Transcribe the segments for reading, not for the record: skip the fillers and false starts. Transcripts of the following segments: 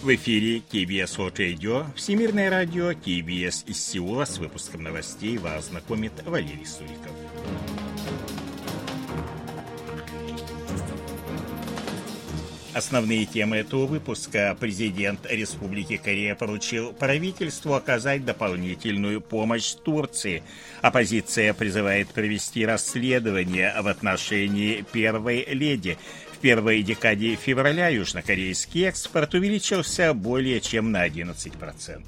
В эфире KBS World Radio, Всемирное радио KBS из Сеула. С выпуском новостей вас знакомит Валерий Суриков. Основные темы этого выпуска. Президент Республики Корея поручил правительству оказать дополнительную помощь Турции. Оппозиция призывает провести расследование в отношении первой леди. В первой декаде февраля южнокорейский экспорт увеличился более чем на 11%.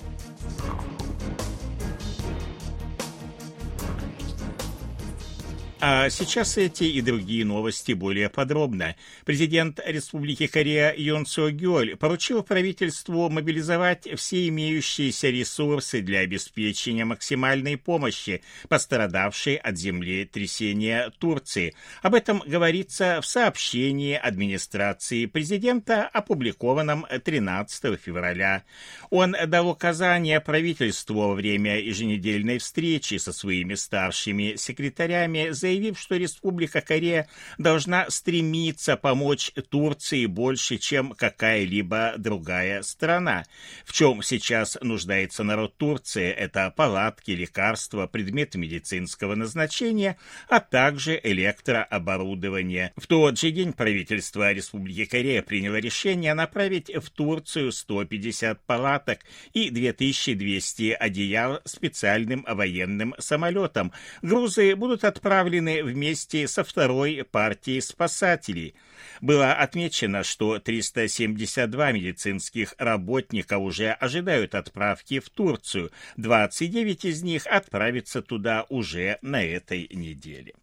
А сейчас эти и другие новости более подробно. Президент Республики Корея Юн Сок-гёль поручил правительству мобилизовать все имеющиеся ресурсы для обеспечения максимальной помощи пострадавшей от землетрясения Турции. Об этом говорится в сообщении администрации президента, опубликованном 13 февраля. Он дал указания правительству во время еженедельной встречи со своими старшими секретарями, заявив, что Республика Корея должна стремиться помочь Турции больше, чем какая-либо другая страна. В чем сейчас нуждается народ Турции, это палатки, лекарства, предметы медицинского назначения, а также электрооборудование. В тот же день правительство Республики Корея приняло решение направить в Турцию 150 палаток и 2200 одеял специальным военным самолетом. Грузы будут отправлены вместе со второй партией спасателей. Было отмечено, что 372 медицинских работника уже ожидают отправки в Турцию. 29 из них отправятся туда уже на этой неделе.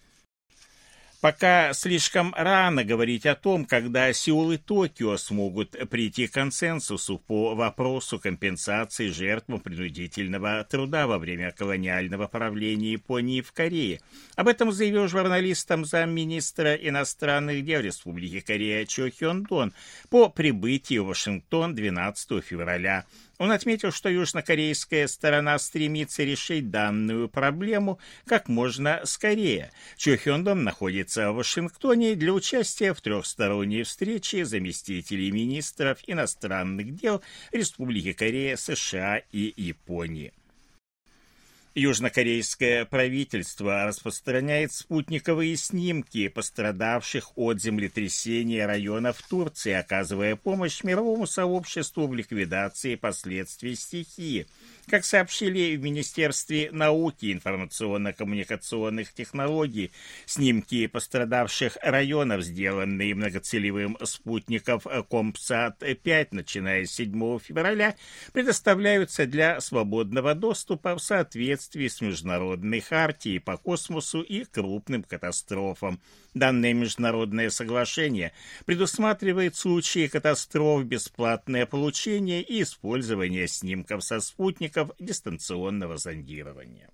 Пока слишком рано говорить о том, когда Сеул и Токио смогут прийти к консенсусу по вопросу компенсации жертвам принудительного труда во время колониального правления Японии в Корее. Об этом заявил журналистам замминистра иностранных дел Республики Корея Чо Хён Дон по прибытии в Вашингтон 12 февраля. Он отметил, что южнокорейская сторона стремится решить данную проблему как можно скорее. Чо Хён Дон находится в Вашингтоне для участия в трехсторонней встрече заместителей министров иностранных дел Республики Корея, США и Японии. Южнокорейское правительство распространяет спутниковые снимки пострадавших от землетрясения районов Турции, оказывая помощь мировому сообществу в ликвидации последствий стихии. Как сообщили в Министерстве науки и информационно-коммуникационных технологий, снимки пострадавших районов, сделанные многоцелевым спутником Компсат-5, начиная с 7 февраля, предоставляются для свободного доступа в соответствии с Международной хартией по космосу и крупным катастрофам. Данное международное соглашение предусматривает в случае катастроф бесплатное получение и использование снимков со спутников дистанционного зондирования.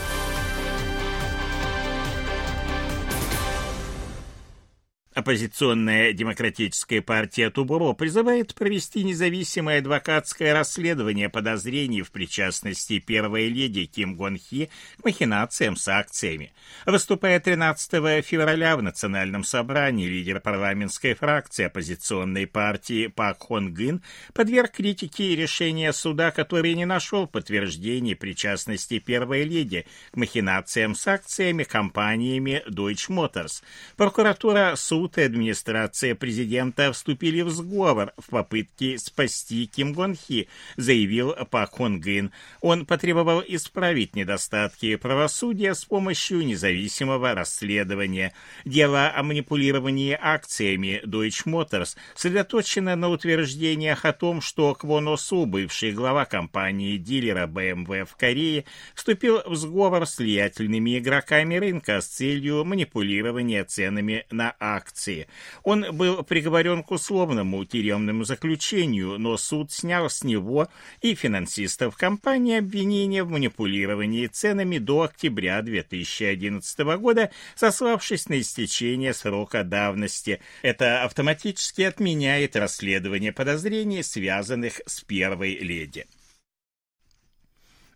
Оппозиционная демократическая партия Тубуро призывает провести независимое адвокатское расследование подозрений в причастности первой леди Ким Гон Хи к махинациям с акциями. Выступая 13 февраля в Национальном собрании, лидер парламентской фракции оппозиционной партии Пак Хон Гын подверг критике решения суда, который не нашел подтверждений причастности первой леди к махинациям с акциями компаниями Deutsche Motors. Прокуратура, суд и администрация президента вступили в сговор в попытке спасти Ким Гон Хи, заявил Пак Хон Гын. Он потребовал исправить недостатки правосудия с помощью независимого расследования. Дело о манипулировании акциями Deutsche Motors сосредоточено на утверждениях о том, что Квон О Су, бывший глава компании-дилера BMW в Корее, вступил в сговор с влиятельными игроками рынка с целью манипулирования ценами на акции. Он был приговорен к условному тюремному заключению, но суд снял с него и финансистов компании обвинения в манипулировании ценами до октября 2011 года, сославшись на истечение срока давности. Это автоматически отменяет расследование подозрений, связанных с первой леди.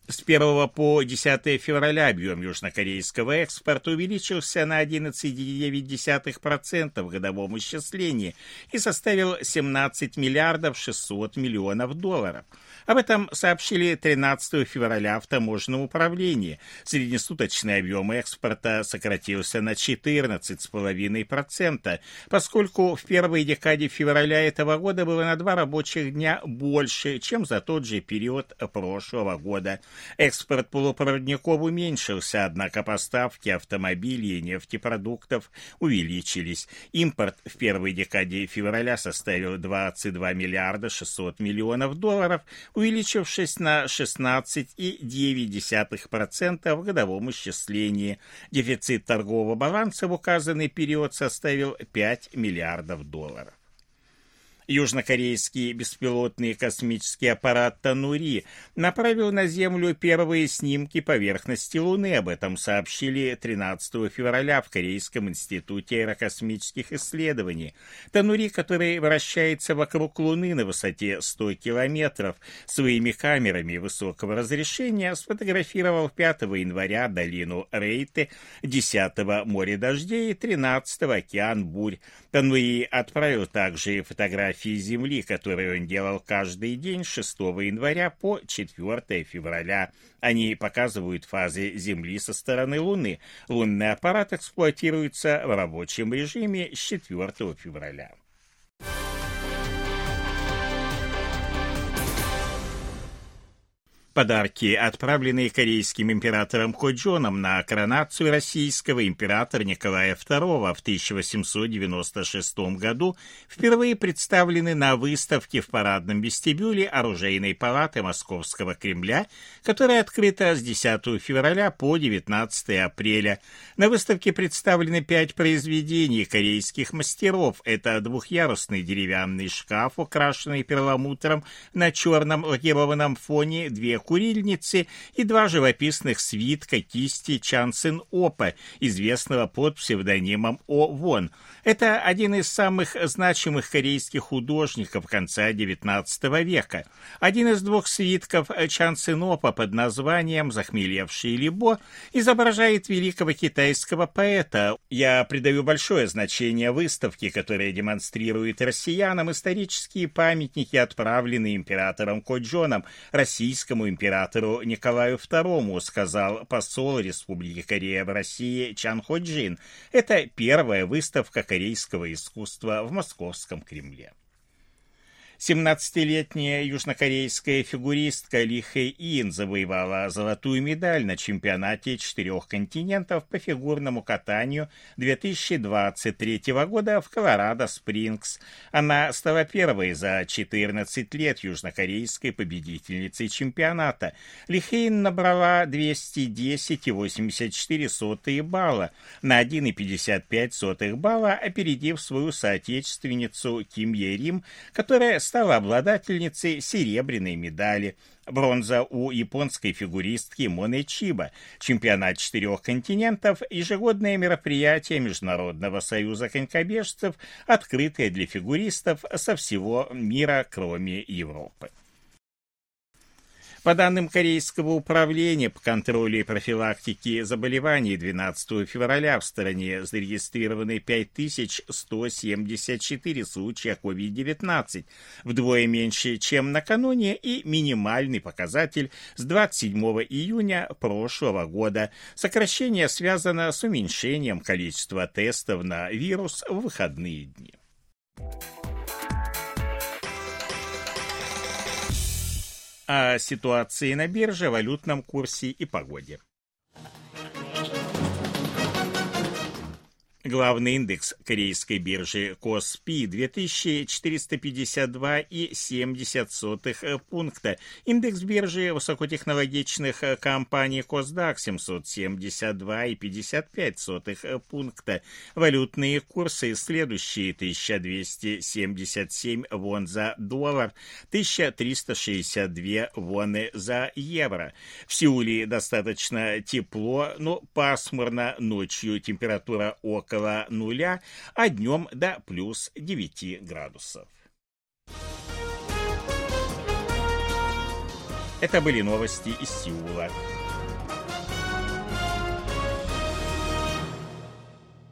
С 1 по 10 февраля объем южнокорейского экспорта увеличился на 11,9% в годовом исчислении и составил 17 миллиардов 600 миллионов долларов. Об этом сообщили 13 февраля в таможенном управлении. Среднесуточный объем экспорта сократился на 14,5%, поскольку в первой декаде февраля этого года было на 2 рабочих дня больше, чем за тот же период прошлого года. Экспорт полупроводников уменьшился, однако поставки автомобилей и нефтепродуктов увеличились. Импорт в первой декаде февраля составил 22 миллиарда 600 миллионов долларов, увеличившись на 16,9% в годовом исчислении. Дефицит торгового баланса в указанный период составил 5 миллиардов долларов. Южнокорейский беспилотный космический аппарат «Танури» направил на Землю первые снимки поверхности Луны. Об этом сообщили 13 февраля в Корейском институте аэрокосмических исследований. «Танури», который вращается вокруг Луны на высоте 100 километров, своими камерами высокого разрешения сфотографировал 5 января долину Рейте, 10 море дождей и 13 океан бурь. «Танури» отправил также фотографии Земли, которые он делал каждый день с 6 января по 4 февраля. Они показывают фазы Земли со стороны Луны. Лунный аппарат эксплуатируется в рабочем режиме с 4 февраля. Подарки, отправленные корейским императором Ходжоном на коронацию российского императора Николая II в 1896 году, впервые представлены на выставке в парадном вестибюле Оружейной палаты Московского Кремля, которая открыта с 10 февраля по 19 апреля. На выставке представлены 5 произведений корейских мастеров. Это двухъярусный деревянный шкаф, украшенный перламутром на черном лакированном фоне, 2 курильницы и 2 живописных свитка кисти Чан Сын Опа, известного под псевдонимом О Вон. Это один из самых значимых корейских художников конца XIX века. Один из 2 свитков Чан Сын Опа под названием «Захмелевший Либо» изображает великого китайского поэта. Я придаю большое значение выставке, которая демонстрирует россиянам исторические памятники, отправленные императором Ходжоном российскому императору Николаю II, сказал посол Республики Корея в России Чан Ходжин. Это первая выставка корейского искусства в Московском Кремле. 17-летняя южнокорейская фигуристка Ли Хэ Ин завоевала золотую медаль на чемпионате 4 континентов по фигурному катанию 2023 года в Колорадо-Спрингс. Она стала первой за 14 лет южнокорейской победительницей чемпионата. Ли Хэ Ин набрала 210,84 балла, на 1,55 балла опередив свою соотечественницу Ким Е Рим, которая стала обладательницей серебряной медали. Бронза у японской фигуристки Моне Чиба. Чемпионат 4 континентов – ежегодное мероприятие Международного союза конькобежцев, открытое для фигуристов со всего мира, кроме Европы. По данным Корейского управления по контролю и профилактике заболеваний, 12 февраля в стране зарегистрированы 5174 случая COVID-19, вдвое меньше, чем накануне, и минимальный показатель с 27 июня прошлого года. Сокращение связано с уменьшением количества тестов на вирус в выходные дни. О ситуации на бирже, валютном курсе и погоде. Главный индекс корейской биржи Коспи 2452,70 пункта. Индекс биржи высокотехнологичных компаний Косдак 772,55 пункта. Валютные курсы следующие: 1277 вон за доллар, 1362 воны за евро. В Сеуле достаточно тепло, но пасмурно. Ночью температура около нуля, а днем до плюс 9 градусов. Это были новости из Сеула.